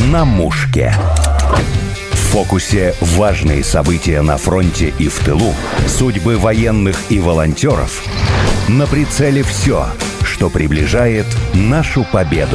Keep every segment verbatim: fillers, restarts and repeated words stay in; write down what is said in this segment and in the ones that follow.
на мушке. В фокусе важные события на фронте и в тылу, судьбы военных и волонтеров. На прицеле все, что приближает нашу победу.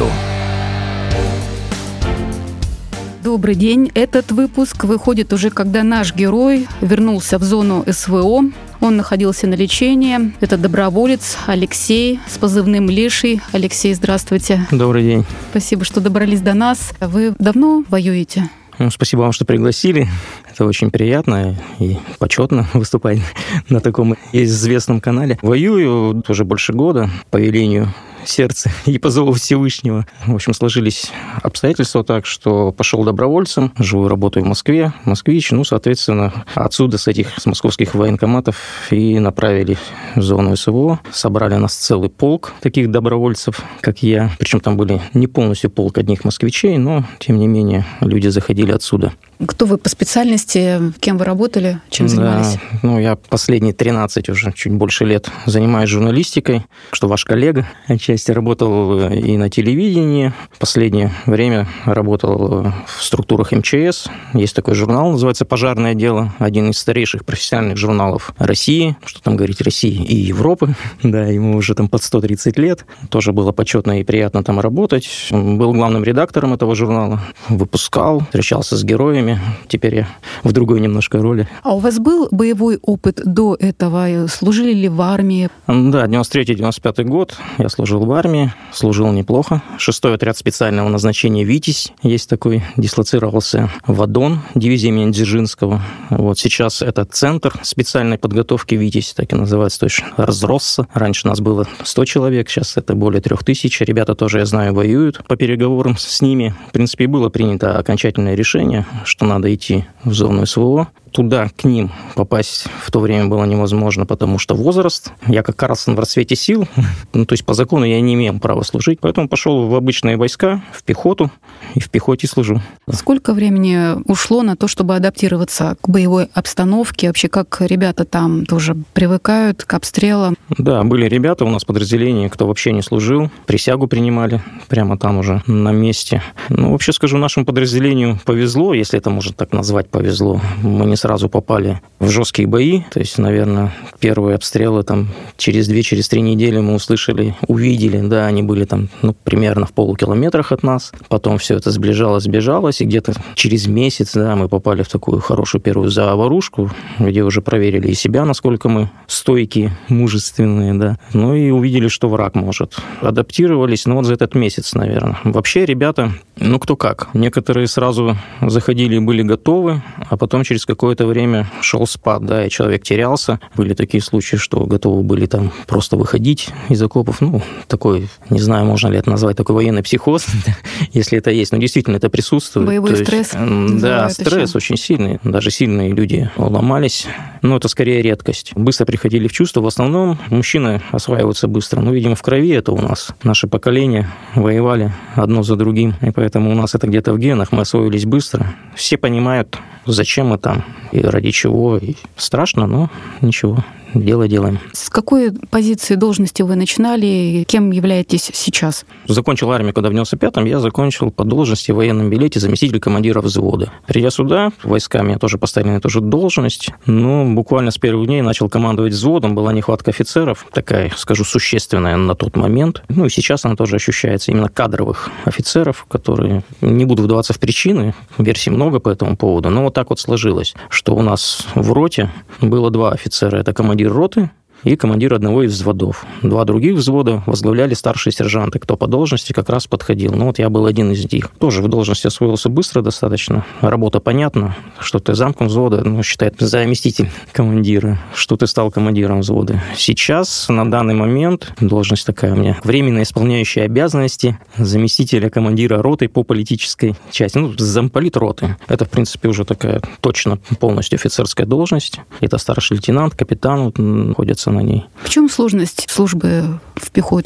Добрый день. Этот выпуск выходит уже, когда наш герой вернулся в зону СВО. Он находился на лечении. Это доброволец Алексей с позывным «Леший». Алексей, здравствуйте. Добрый день. Спасибо, что добрались до нас. Вы давно воюете? Ну, спасибо вам, что пригласили. Это очень приятно и почетно выступать на таком известном канале. Воюю уже больше года по велению сердца и по зову Всевышнего. В общем, сложились обстоятельства так, что пошел добровольцем, живу и работаю в Москве, москвич. Ну, соответственно, отсюда, с этих с московских военкоматов, и направили в зону СВО. Собрали нас целый полк таких добровольцев, как я. Причем там были не полностью полк одних москвичей, но, тем не менее, люди заходили отсюда. Кто вы по специальности? Кем вы работали? Чем занимались? Да, ну, я последние тринадцать уже, чуть больше лет занимаюсь журналистикой, что ваш коллега отчасти работал и на телевидении. В последнее время работал в структурах эм че эс. Есть такой журнал, называется «Пожарное дело», один из старейших профессиональных журналов России, что там говорить, России и Европы. Да, ему уже там под сто тридцать лет. Тоже было почетно и приятно там работать. Был главным редактором этого журнала, выпускал, встречался с героями. Теперь я в другой немножко роли. А у вас был боевой опыт до этого? Служили ли в армии? Да, девяносто третий - девяносто пятый год. Я служил в армии, служил неплохо. Шестой отряд специального назначения «Витязь» есть такой, дислоцировался в Адон, дивизия имени Дзержинского. Вот сейчас это центр специальной подготовки «Витязь», так и называется, то есть разросся. Раньше нас было сто человек, сейчас это более трех тысяч. Ребята тоже, я знаю, воюют. По переговорам с ними, в принципе, было принято окончательное решение, что надо идти в зону СВО. Туда, к ним попасть в то время было невозможно, потому что возраст. Я как Карлсон в расцвете сил, ну, то есть по закону я не имел права служить, поэтому пошел в обычные войска, в пехоту, и в пехоте служу. Сколько времени ушло на то, чтобы адаптироваться к боевой обстановке? Вообще, как ребята там тоже привыкают к обстрелам? Да, были ребята у нас в подразделении, кто вообще не служил, присягу принимали прямо там уже на месте. Ну, вообще скажу, нашему подразделению повезло, если это можно так назвать, повезло. Мы не сразу попали в жесткие бои, то есть, наверное, первые обстрелы там через две, через три недели мы услышали, увидели, да, они были там, ну, примерно в полукилометрах от нас, потом все это сближалось, сближалось, и где-то через месяц, да, мы попали в такую хорошую первую заварушку, где уже проверили и себя, насколько мы стойкие, мужественные, да, ну и увидели, что враг может. Адаптировались, ну, вот за этот месяц, наверное. Вообще, ребята, ну, кто как. Некоторые сразу заходили и были готовы, а потом через какое какое-то время шел спад, да, и человек терялся. Были такие случаи, что готовы были там просто выходить из окопов. Ну, такой, не знаю, можно ли это назвать, такой военный психоз, если это есть. Но действительно это присутствует. Боевой стресс. Да, стресс очень сильный. Даже сильные люди ломались. Но это скорее редкость. Быстро приходили в чувство. В основном мужчины осваиваются быстро. Ну, видимо, в крови это у нас. Наше поколение воевали одно за другим. И поэтому у нас это где-то в генах. Мы освоились быстро. Все понимают, зачем мы там и ради чего. И страшно, но ничего. Дело делаем. С какой позиции должности вы начинали и кем являетесь сейчас? Закончил армию, когда в девяносто пятом, я закончил по должности в военном билете заместитель командира взвода. Придя сюда, в войска меня тоже поставили на эту же должность, но буквально с первых дней начал командовать взводом, была нехватка офицеров, такая, скажу, существенная на тот момент. Ну и сейчас она тоже ощущается, именно кадровых офицеров, которые, не буду вдаваться в причины, версий много по этому поводу, но вот так вот сложилось, что у нас в роте было два офицера, это командир роты и командир одного из взводов. Два других взвода возглавляли старшие сержанты, кто по должности как раз подходил. Ну вот я был один из них. Тоже в должности освоился быстро достаточно. Работа понятна, что ты замком взвода, ну, считает заместитель командира, что ты стал командиром взвода. Сейчас, на данный момент, должность такая у меня, временно исполняющая обязанности заместителя командира роты по политической части. Ну, замполит роты. Это, в принципе, уже такая точно полностью офицерская должность. Это старший лейтенант, капитан вот, находится на ней. В чем сложность службы в пехоте?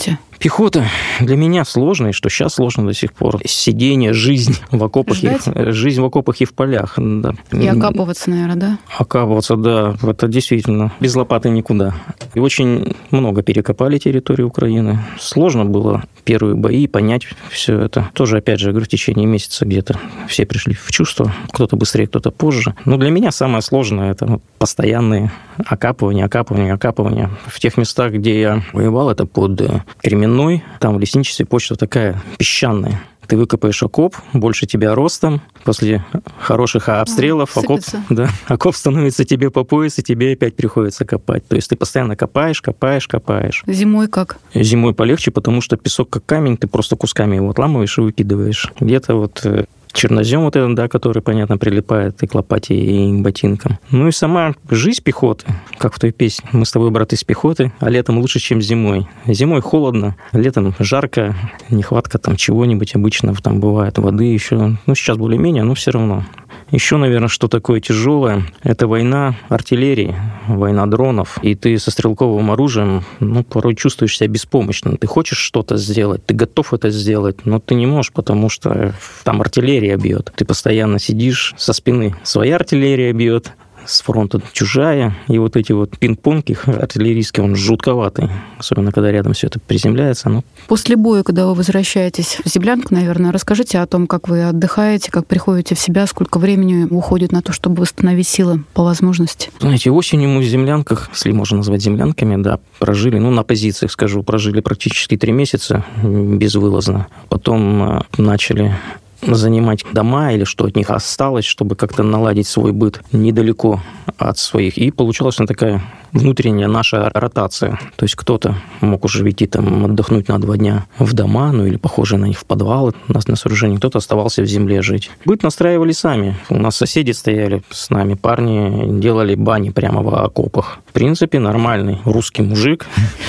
Пехота для меня сложная, что сейчас сложно до сих пор. Сидение, жизнь в окопах, и, жизнь в окопах и в полях. Да. И окапываться, наверное, да? Окапываться, да. Это действительно без лопаты никуда. И очень много перекопали территорию Украины. Сложно было первые бои, понять все это. Тоже, опять же, говорю, в течение месяца где-то все пришли в чувство. Кто-то быстрее, кто-то позже. Но для меня самое сложное – это постоянные окапывания, окапывания, окапывания. В тех местах, где я воевал, это под Кременной, там в лесничестве почва такая песчаная. Ты выкопаешь окоп, больше тебя ростом, после хороших обстрелов а, окоп, да, окоп становится тебе по пояс, и тебе опять приходится копать. То есть ты постоянно копаешь, копаешь, копаешь. Зимой как? Зимой полегче, потому что песок как камень, ты просто кусками его отламываешь и выкидываешь. Где-то вот чернозем вот этот, да, который, понятно, прилипает и к лопате, и к ботинкам. Ну и сама жизнь пехоты, как в той песне. Мы с тобой, брат, из пехоты, а летом лучше, чем зимой. Зимой холодно, летом жарко, нехватка там чего-нибудь обычно, там бывает воды еще. Ну, сейчас более-менее, но все равно. Еще, наверное, что такое тяжелое, это война артиллерии, война дронов, и ты со стрелковым оружием, ну, порой чувствуешь себя беспомощным. Ты хочешь что-то сделать, ты готов это сделать, но ты не можешь, потому что там артиллерия бьет. Ты постоянно сидишь со спины, своя артиллерия бьет, с фронта чужая, и вот эти вот пинг-понги артиллерийские, он жутковатый, особенно когда рядом все это приземляется. Ну. После боя, когда вы возвращаетесь в землянку, наверное, расскажите о том, как вы отдыхаете, как приходите в себя, сколько времени уходит на то, чтобы восстановить силы по возможности. Знаете, осенью мы в землянках, если можно назвать землянками, да, прожили, ну, на позициях, скажу, прожили практически три месяца безвылазно. Потом начали занимать дома или что от них осталось, чтобы как-то наладить свой быт недалеко от своих. И получалась она такая внутренняя наша ротация. То есть кто-то мог уже идти там отдохнуть на два дня в дома, ну или похожие на них в подвалы, у нас на сооружении, кто-то оставался в земле жить. Быт настраивали сами. У нас соседи стояли с нами, парни делали бани прямо в окопах. В принципе, нормальный русский мужик.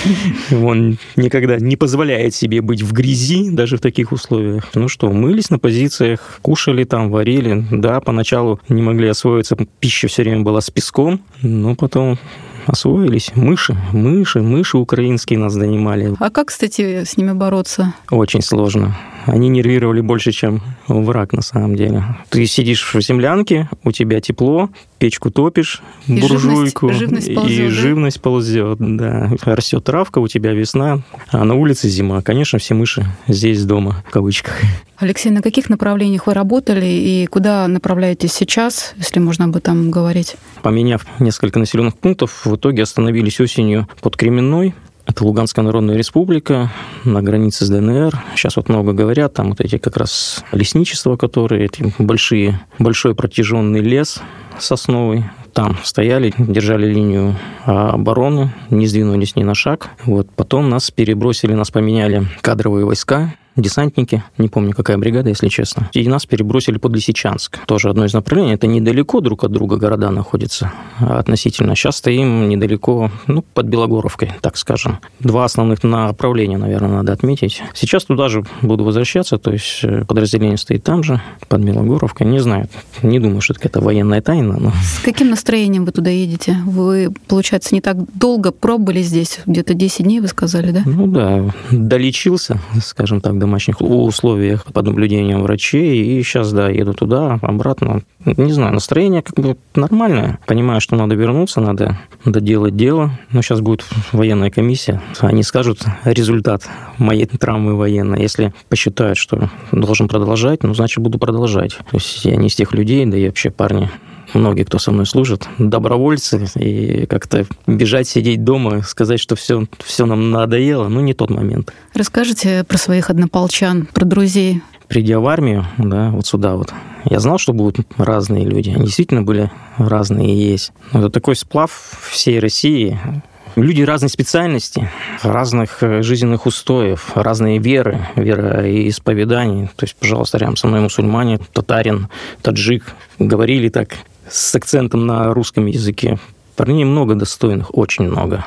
Он никогда не позволяет себе быть в грязи, даже в таких условиях. Ну что, мылись на позициях, кушали там, варили. Да, поначалу не могли освоиться, пища все время была с песком, но потом освоились. Мыши, мыши, мыши украинские нас донимали. А как, кстати, с ними бороться? Очень сложно. Они нервировали больше, чем враг на самом деле. Ты сидишь в землянке, у тебя тепло, печку топишь, и буржуйку, живность, живность ползет, и да? живность ползет, да. Растет травка, у тебя весна, а на улице зима. Конечно, все мыши здесь дома, в кавычках. Алексей, на каких направлениях вы работали и куда направляетесь сейчас, если можно об этом говорить? Поменяв несколько населенных пунктов, в итоге остановились осенью под Кременной. Это Луганская Народная Республика, на границе с ДНР. Сейчас вот много говорят, там вот эти как раз лесничества, которые, эти большие, большой протяженный лес сосновый. Там стояли, держали линию обороны, не сдвинулись ни на шаг. Вот. Потом нас перебросили, нас поменяли кадровые войска, десантники, не помню, какая бригада, если честно. И нас перебросили под Лисичанск. Тоже одно из направлений. Это недалеко друг от друга города находятся относительно. Сейчас стоим недалеко, ну, под Белогоровкой, так скажем. Два основных направления, наверное, надо отметить. Сейчас туда же буду возвращаться, то есть подразделение стоит там же, под Белогоровкой. Не знаю, не думаю, что это какая-то военная тайна. Но... С каким настроением вы туда едете? Вы, получается, не так долго пробыли здесь, где-то десять дней, вы сказали, да? Ну да, долечился, скажем так, в домашних условиях под наблюдением врачей, и сейчас, да, еду туда, обратно. Не знаю, настроение как бы нормальное. Понимаю, что надо вернуться, надо доделать дело, но сейчас будет военная комиссия, они скажут результат моей травмы военной. Если посчитают, что должен продолжать, ну, значит, буду продолжать. То есть я не из тех людей, да и вообще парни, многие, кто со мной служит, добровольцы, и как-то бежать, сидеть дома, сказать, что все, все нам надоело, ну, не тот момент. Расскажите про своих однополчан, про друзей. Придя в армию, да, вот сюда вот, я знал, что будут разные люди. Они действительно были разные и есть. Это такой сплав всей России. Люди разной специальности, разных жизненных устоев, разные веры, вероисповеданий. То есть, пожалуйста, рядом со мной мусульмане, татарин, таджик. Говорили так с акцентом на русском языке. Парней много достойных, очень много.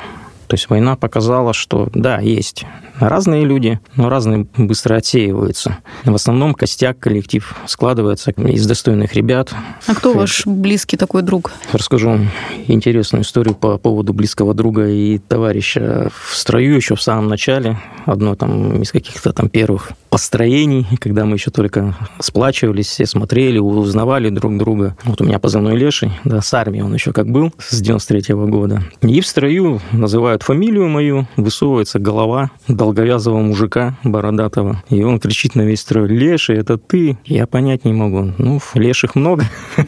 То есть война показала, что да, есть разные люди, но разные быстро отсеиваются. В основном костяк, коллектив складывается из достойных ребят. А кто ваш близкий такой друг? Расскажу вам интересную историю по поводу близкого друга и товарища. В строю еще в самом начале, одно там из каких-то там первых построений, когда мы еще только сплачивались, все смотрели, узнавали друг друга. Вот у меня позывной Леший, да, с армии он еще как был, с девяносто третьего года. И в строю называют фамилию мою, высовывается голова долговязого мужика бородатого, и он кричит на весь строй: «Леший, это ты?» Я понять не могу. Ну, леших много.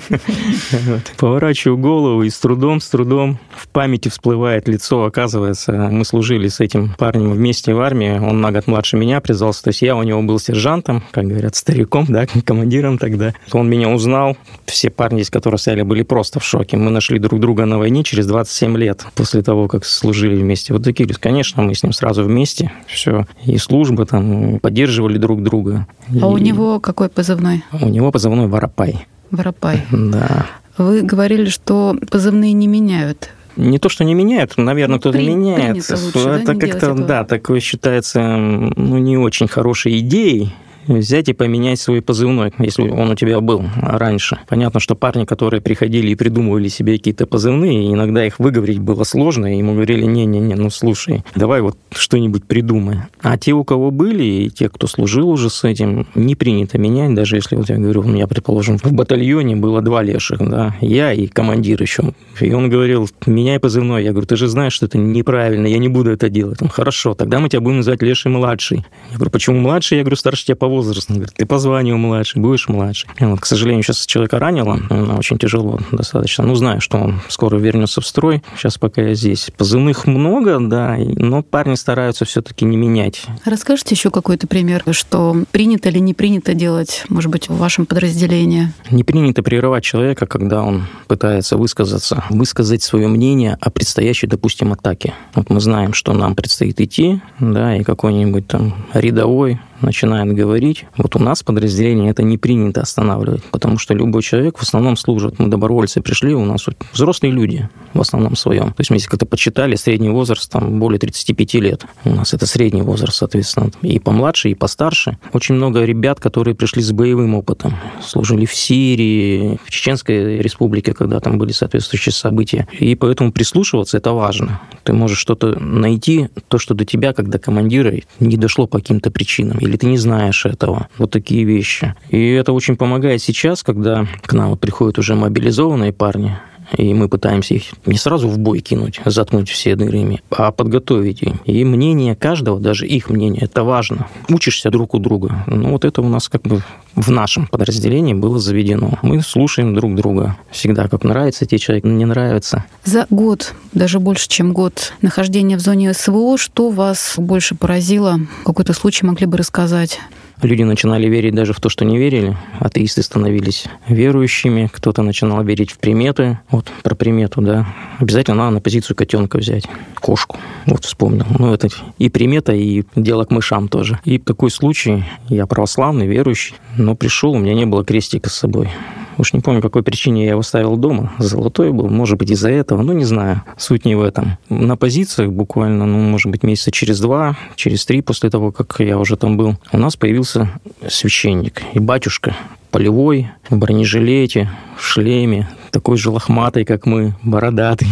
Поворачиваю голову, и с трудом, с трудом в памяти всплывает лицо. Оказывается, мы служили с этим парнем вместе в армии, он на год младше меня призвался, то есть я у него был сержантом, как говорят, стариком, да, командиром тогда. Он меня узнал, все парни здесь, которые стояли, были просто в шоке. Мы нашли друг друга на войне через двадцать семь лет после того, как служили вместе. Вот такие, конечно, мы с ним сразу вместе, все, и служба там, поддерживали друг друга. А и... у него какой позывной? У него позывной Воропай. Воропай. Да. Вы говорили, что позывные не меняют. Не то, что не меняют, наверное, ну, кто-то При, меняет. Лучше, это да, как-то, да, такое считается, ну, не очень хорошей идеей. Взять и поменять свой позывной, если он у тебя был раньше. Понятно, что парни, которые приходили и придумывали себе какие-то позывные, иногда их выговорить было сложно, и ему говорили: не-не-не, ну слушай, давай вот что-нибудь придумай. А те, у кого были, и те, кто служил уже с этим, не принято менять, даже если, вот я говорю, у меня, предположим, в батальоне было два леших, да, я и командир еще. И он говорил: меняй позывной. Я говорю: ты же знаешь, что это неправильно, я не буду это делать. Он: хорошо, тогда мы тебя будем называть Леший-младший. Я говорю: почему младший? Я говорю: старше тебя по возрасту. Он говорит: ты по званию младший, будешь младший. И вот, к сожалению, сейчас человека ранило, очень тяжело достаточно. Ну, знаю, что он скоро вернется в строй. Сейчас пока я здесь. Позывных много, да, но парни стараются все-таки не менять. Расскажите еще какой-то пример, что принято или не принято делать, может быть, в вашем подразделении? Не принято прерывать человека, когда он пытается высказаться, высказать свое мнение о предстоящей, допустим, атаке. Вот мы знаем, что нам предстоит идти, да, и какой-нибудь там рядовой начинает говорить. Вот у нас в подразделении это не принято останавливать, потому что любой человек в основном служит. Мы добровольцы пришли, у нас взрослые люди в основном своем. То есть мы, если как-то почитали, средний возраст там более тридцать пять лет. У нас это средний возраст, соответственно. И помладше, и постарше. Очень много ребят, которые пришли с боевым опытом. Служили в Сирии, в Чеченской республике, когда там были соответствующие события. И поэтому прислушиваться это важно. Ты можешь что-то найти, то, что до тебя, как до командира, не дошло по каким-то причинам. Или ты не знаешь этого. Вот такие вещи. И это очень помогает сейчас, когда к нам вот приходят уже мобилизованные парни, и мы пытаемся их не сразу в бой кинуть, заткнуть все дыры ими, а подготовить их. И мнение каждого, даже их мнение, это важно. Учишься друг у друга. Ну, вот это у нас как бы в нашем подразделении было заведено. Мы слушаем друг друга. Всегда как нравится тебе человек, не нравится. За год, даже больше, чем год нахождения в зоне СВО, что вас больше поразило? Какой-то случай могли бы рассказать? Люди начинали верить даже в то, что не верили. Атеисты становились верующими. Кто-то начинал верить в приметы. Вот про примету, да. Обязательно надо на позицию котенка взять. Кошку. Вот вспомнил. Ну, это и примета, и дело к мышам тоже. И такой случай. Я православный, верующий, но пришел, у меня не было крестика с собой. Уж не помню, по какой причине я его оставил дома. Золотой был, может быть, из-за этого, ну, не знаю. Суть не в этом. На позициях буквально, ну, может быть, месяца через два, через три после того, как я уже там был, у нас появился священник и батюшка. Полевой, в бронежилете, в шлеме, такой же лохматый, как мы, бородатый.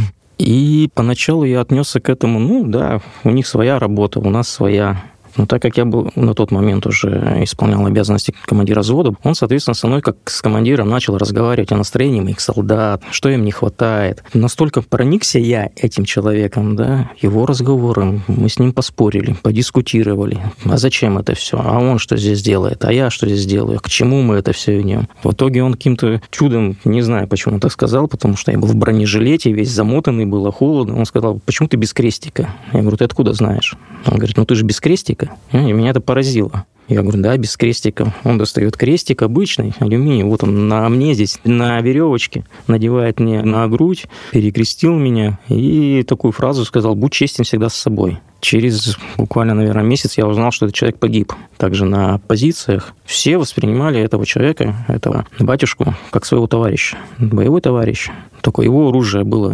И поначалу я отнесся к этому, ну, да, у них своя работа, у нас своя. Но так как я был на тот момент уже исполнял обязанности командира взвода, он, соответственно, со мной, как с командиром, начал разговаривать о настроении моих солдат, что им не хватает. Настолько проникся я этим человеком, да, его разговором. Мы с ним поспорили, подискутировали. А зачем это все? А он что здесь делает? А я что здесь делаю? К чему мы это все ведем? В итоге он каким-то чудом, не знаю, почему он так сказал, потому что я был в бронежилете, весь замотанный, было холодно. Он сказал: почему ты без крестика? Я говорю: ты откуда знаешь? Он говорит: ну ты же без крестика. И меня это поразило. Я говорю: да, без крестика. Он достает крестик обычный, алюминий. Вот он на мне здесь, на веревочке, надевает мне на грудь, перекрестил меня и такую фразу сказал: будь честен всегда с собой. Через буквально, наверное, месяц я узнал, что этот человек погиб. Также на позициях все воспринимали этого человека, этого батюшку, как своего товарища. Боевой товарищ. Только его оружие было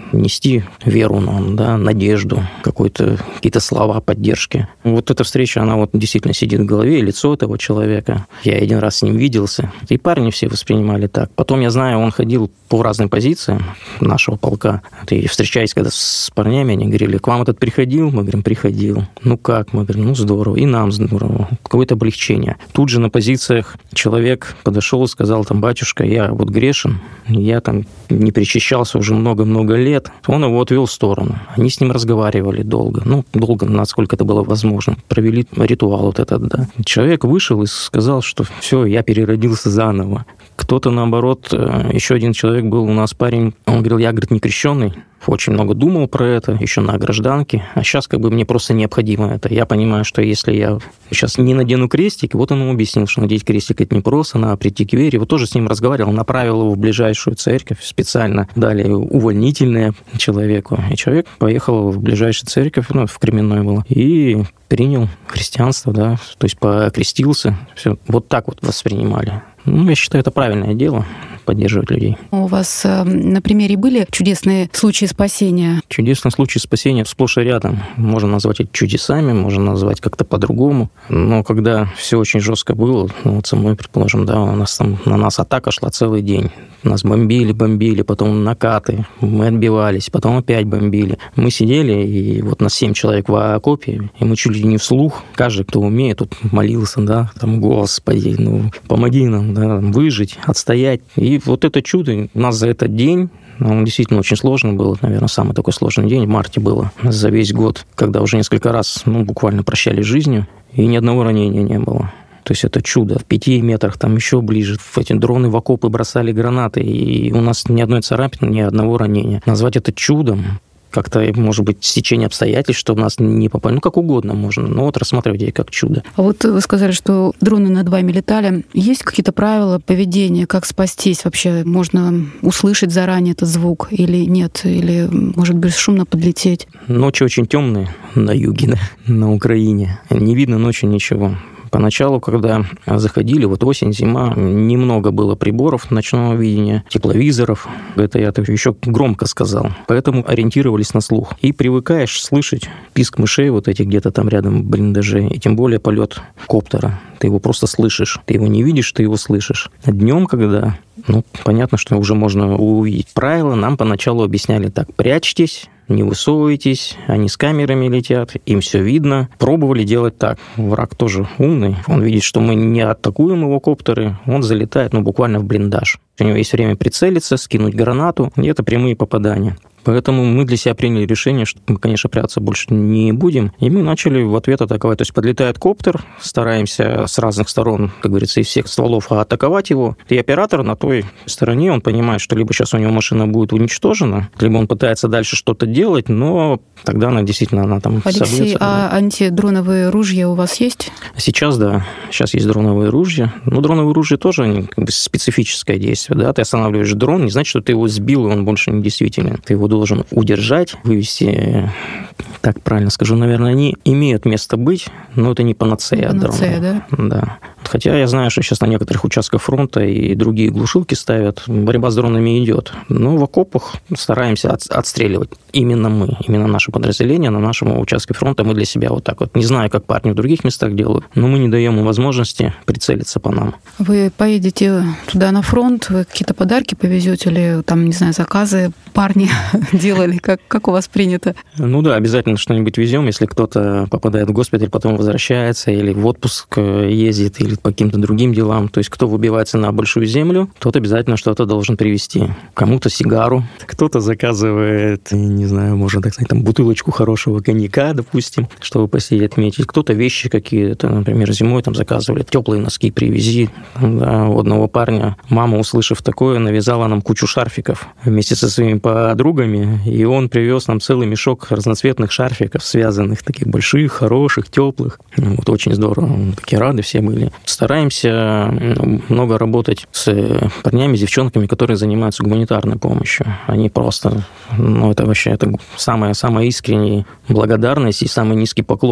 нести веру нам, да, надежду, какой-то, какие-то слова поддержки. Вот эта встреча, она вот действительно сидит в голове, лицо этого человека. Я один раз с ним виделся, и парни все воспринимали так. Потом, я знаю, он ходил по разным позициям нашего полка. И встречаясь когда с парнями, они говорили: к вам этот приходил? Мы говорим: приходил. Ну как? Мы говорим: ну здорово. И нам здорово. Какое-то облегчение. Тут же на позициях человек подошел и сказал: там, батюшка, я вот грешен, я там не причащался уже много-много лет. Он его отвел в сторону. Они с ним разговаривали долго. Ну, долго, насколько это было возможно. Провели ритуал вот этот, да. Человек вышел и сказал, что все, я переродился заново. Кто-то, наоборот, еще один человек был у нас парень, он говорил: я, говорит, не крещенный. Очень много думал про это, еще на гражданке. А сейчас как бы мне просто необходимо это. Я понимаю, что если я сейчас не надену крестик, вот он ему объяснил, что надеть крестик это не просто, надо прийти к вере. Вот тоже с ним разговаривал, направил его в ближайшую церковь, специально дали увольнительное человеку. И человек поехал в ближайшую церковь, ну, в Кременной было, и принял христианство, да, то есть покрестился. Все. Вот так вот воспринимали. Ну, я считаю, это правильное дело, поддерживать людей. У вас на примере были чудесные случаи спасения? Чудесные случаи спасения сплошь и рядом. Можно назвать это чудесами, можно назвать как-то по-другому. Но когда все очень жестко было, ну, вот со мной, предположим, да, у нас там на нас атака шла целый день. Нас бомбили, бомбили, потом накаты, мы отбивались, потом опять бомбили. Мы сидели, и вот нас семь человек в окопе, и мы чуть ли не вслух, каждый, кто умеет, тут молился, да, там: Господи, ну, помоги нам, да, выжить, отстоять. И вот это чудо у нас за этот день, он действительно очень сложный был, наверное, самый такой сложный день в марте было за весь год, когда уже несколько раз, ну, буквально прощались с жизнью, и ни одного ранения не было. То есть это чудо. В пяти метрах, там еще ближе, в эти дроны в окопы бросали гранаты, и у нас ни одной царапины, ни одного ранения. Назвать это чудом, как-то, может быть, стечение обстоятельств, что у нас не попали. Ну, как угодно можно, но вот рассматривать это как чудо. А вот вы сказали, что дроны над вами летали. Есть какие-то правила поведения, как спастись вообще? Можно услышать заранее этот звук или нет? Или, может, бесшумно подлететь? Ночи очень темные на юге, да, на Украине. Не видно ночью ничего. Поначалу, когда заходили, вот осень, зима, немного было приборов ночного видения, тепловизоров. Это я еще громко сказал. Поэтому ориентировались на слух. И привыкаешь слышать писк мышей вот этих где-то там рядом в блиндаже, и тем более полет коптера. Ты его просто слышишь. Ты его не видишь, ты его слышишь. Днем, когда, ну, понятно, что уже можно увидеть правила, нам поначалу объясняли так: прячьтесь, не высовывайтесь, они с камерами летят, им все видно. Пробовали делать так. Враг тоже умный, он видит, что мы не атакуем его коптеры, он залетает, ну, буквально в блиндаж. У него есть время прицелиться, скинуть гранату, и это прямые попадания. Поэтому мы для себя приняли решение, что мы, конечно, прятаться больше не будем. И мы начали в ответ атаковать. То есть подлетает коптер, стараемся с разных сторон, как говорится, из всех стволов атаковать его. И оператор на той стороне, он понимает, что либо сейчас у него машина будет уничтожена, либо он пытается дальше что-то делать, но тогда она действительно, она там Алексей, собьется. А антидроновые ружья у вас есть? Сейчас, да. Сейчас есть дроновые ружья. Но дроновые ружья тоже они, как бы, специфическое действие. Да? Ты останавливаешь дрон, не значит, что ты его сбил, и он больше не действительный. Ты его должен удержать, вывести, так правильно скажу, наверное, они имеют место быть, но это не панацея. Не панацея, да? Да. Хотя я знаю, что сейчас на некоторых участках фронта и другие глушилки ставят, борьба с дронами идет. Но в окопах стараемся от, отстреливать. Именно мы, именно наше подразделение на нашем участке фронта мы для себя вот так вот. Не знаю, как парни в других местах делают, но мы не даем им возможности прицелиться по нам. Вы поедете туда на фронт, вы какие-то подарки повезете или там, не знаю, заказы парни делали? Как, как у вас принято? Ну да, обязательно что-нибудь везем, если кто-то попадает в госпиталь, потом возвращается или в отпуск ездит, или по каким-то другим делам. То есть кто выбивается на большую землю, тот обязательно что-то должен привезти. Кому-то сигару, кто-то заказывает, не знаю, можно так сказать, там бутылочку хорошего коньяка, допустим, чтобы посидеть, отметить. Кто-то вещи какие-то, например, зимой там заказывали, теплые носки привези. Да, у одного парня мама, услышав такое, навязала нам кучу шарфиков вместе со своими подругами, и он привез нам целый мешок разноцветных шарфиков, связанных, таких больших, хороших, теплых. Вот очень здорово. Мы такие рады все были. Стараемся много работать с парнями, с девчонками, которые занимаются гуманитарной помощью. Они просто, ну, это вообще это самая, самая искренняя благодарность и самый низкий поклон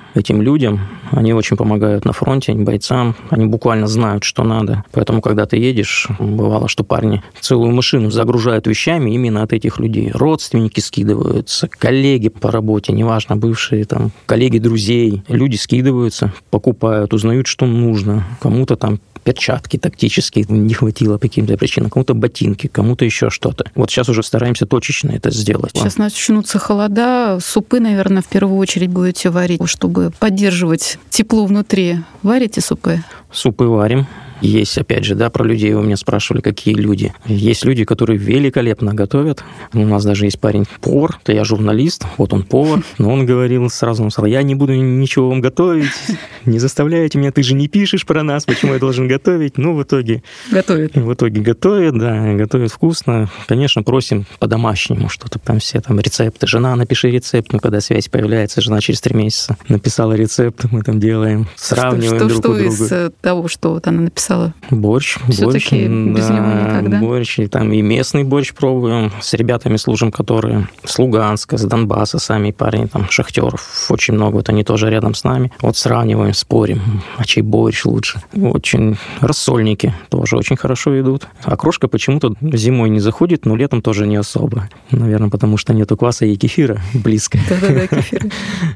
этим людям. Они очень помогают на фронте, бойцам. Они буквально знают, что надо. Поэтому, когда ты едешь, бывало, что парни целую машину загружают вещами именно от этих людей. Родственники скидываются, коллеги по работе, неважно, бывшие там, коллеги друзей. Люди скидываются, покупают, узнают, что нужно. Кому-то там перчатки тактические не хватило по каким-то причинам, кому-то ботинки, кому-то еще что-то. Вот сейчас уже стараемся точечно это сделать. Сейчас начнутся холода, супы, наверное, в первую очередь будете варить, чтобы поддерживать тепло внутри. Варите супы? Супы варим. Есть, опять же, да, про людей вы меня спрашивали, какие люди. Есть люди, которые великолепно готовят. У нас даже есть парень повар, то я журналист, вот он повар, но он говорил сразу, он сказал, я не буду ничего вам готовить, не заставляйте меня, ты же не пишешь про нас, почему я должен готовить. Ну, в итоге... Готовит. В итоге готовит, да, готовит вкусно. Конечно, просим по-домашнему что-то, там все там рецепты. Жена, напиши рецепт, ну, когда связь появляется, жена через три месяца написала рецепт, мы там делаем, сравниваем что, друг что у друга. Что из того, что вот она написала? Борщ. Все-таки без да, него никогда? Борщ. И там и местный борщ пробуем. С ребятами служим, которые с Луганска, с Донбасса, сами парни, там, шахтеров. Очень много. Вот они тоже рядом с нами. Вот сравниваем, спорим, а чей борщ лучше. Очень. Рассольники тоже очень хорошо идут. Окрошка почему-то зимой не заходит, но летом тоже не особо. Наверное, потому что нету кваса и кефира близко. Да-да-да, кефир.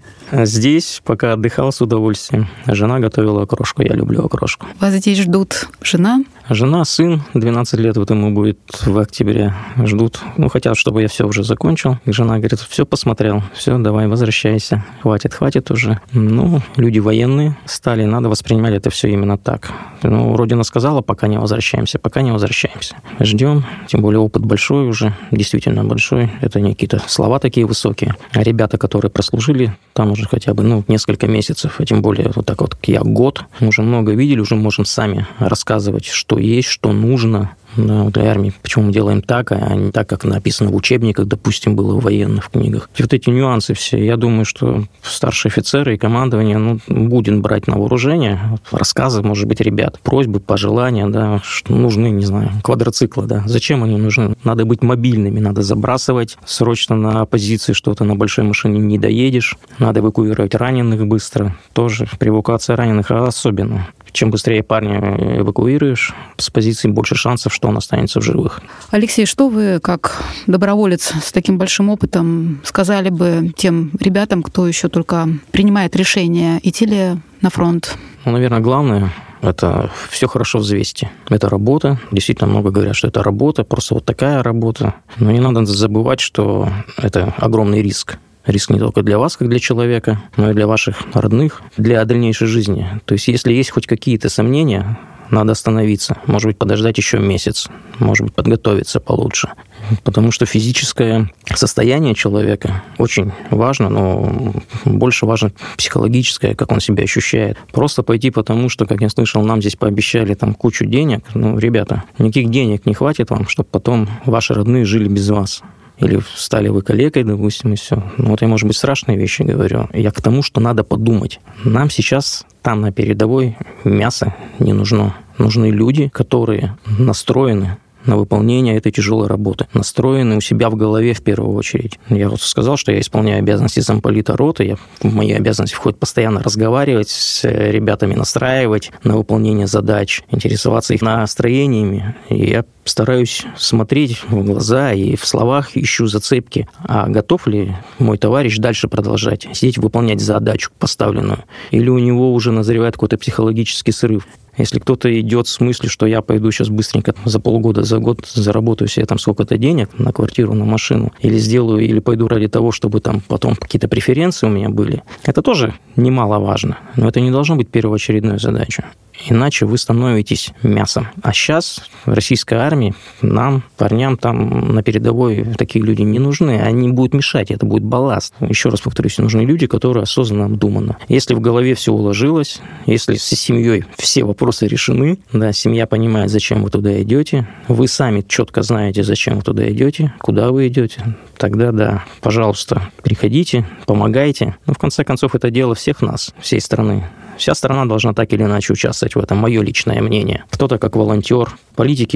Здесь пока отдыхал с удовольствием. Жена готовила окрошку. Я люблю окрошку. Вас здесь ждут жена? Жена, сын, двенадцать лет вот ему будет в октябре, ждут. Ну, хотят, чтобы я все уже закончил. И жена говорит, все посмотрел, все, давай, возвращайся. Хватит, хватит уже. Ну, люди военные стали, надо воспринимать это все именно так. Ну, Родина сказала, пока не возвращаемся, пока не возвращаемся. Ждем, тем более опыт большой уже, действительно большой. Это не какие-то слова такие высокие. А ребята, которые прослужили там уже хотя бы, ну, несколько месяцев, а тем более вот так вот, как я, год, уже много видели, уже можем сами рассказывать, что есть, что нужно. Да, вот армии, почему мы делаем так, а не так, как написано в учебниках, допустим, было в военных книгах. И вот эти нюансы все, я думаю, что старшие офицеры и командование, ну, будем брать на вооружение рассказы, может быть, ребят, просьбы, пожелания, да, что нужны, не знаю, квадроциклы, да, зачем они нужны? Надо быть мобильными, надо забрасывать срочно на позиции что-то, на большой машине не доедешь, надо эвакуировать раненых быстро, тоже при эвакуации раненых особенно. Чем быстрее парня эвакуируешь с позиции, больше шансов, что он останется в живых. Алексей, что вы, как доброволец с таким большим опытом, сказали бы тем ребятам, кто еще только принимает решение, идти ли на фронт? Ну, наверное, главное – это все хорошо взвесьте. Это работа. Действительно, много говорят, что это работа, просто вот такая работа. Но не надо забывать, что это огромный риск. Риск не только для вас, как для человека, но и для ваших родных, для дальнейшей жизни. То есть, если есть хоть какие-то сомнения, надо остановиться. Может быть, подождать еще месяц. Может быть, подготовиться получше. Потому что физическое состояние человека очень важно, но больше важно психологическое, как он себя ощущает. Просто пойти потому, что, как я слышал, нам здесь пообещали там кучу денег. Ну, ребята, никаких денег не хватит вам, чтобы потом ваши родные жили без вас. Или стали вы калекой, допустим, и все. Ну, вот я, может быть, страшные вещи говорю. Я к тому, что надо подумать. Нам сейчас там на передовой мясо не нужно. Нужны люди, которые настроены на выполнение этой тяжелой работы, настроены у себя в голове в первую очередь. Я вот сказал, что я исполняю обязанности замполита роты, я, в мои обязанности входит постоянно разговаривать с ребятами, настраивать на выполнение задач, интересоваться их настроениями, и я стараюсь смотреть в глаза и в словах ищу зацепки. А готов ли мой товарищ дальше продолжать сидеть, выполнять задачу поставленную? Или у него уже назревает какой-то психологический срыв? Если кто-то идет с мыслью, что я пойду сейчас быстренько за полгода, за год заработаю себе там сколько-то денег на квартиру, на машину, или сделаю, или пойду ради того, чтобы там потом какие-то преференции у меня были, это тоже немаловажно. Но это не должно быть первоочередной задачей. Иначе вы становитесь мясом. А сейчас в российской армии нам, парням там на передовой, такие люди не нужны. Они будут мешать, это будет балласт. Еще раз повторюсь, нужны люди, которые осознанно, обдуманно. Если в голове все уложилось, если с семьей все вопросы решены, да, семья понимает, зачем вы туда идете, вы сами четко знаете, зачем вы туда идете, куда вы идете, тогда да, пожалуйста, приходите, помогайте. Но в конце концов это дело всех нас, всей страны. Вся страна должна так или иначе участвовать в этом, мое личное мнение. Кто-то как волонтер, политики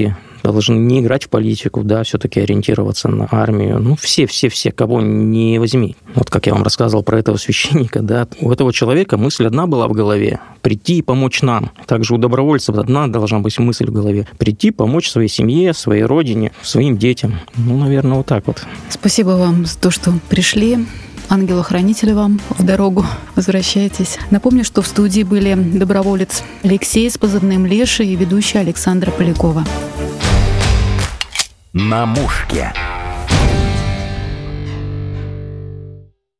должны не играть в политику, да, все-таки ориентироваться на армию. Ну, все-все-все, кого не возьми. Вот как я вам рассказывал про этого священника, да, у этого человека мысль одна была в голове – прийти и помочь нам. Также у добровольцев одна должна быть мысль в голове – прийти, помочь своей семье, своей родине, своим детям. Ну, наверное, вот так вот. Спасибо вам за то, что пришли. Ангела-хранителя вам в дорогу. Возвращайтесь. Напомню, что в студии были доброволец Алексей с позывным Леша и ведущая Александра Полякова. На мушке.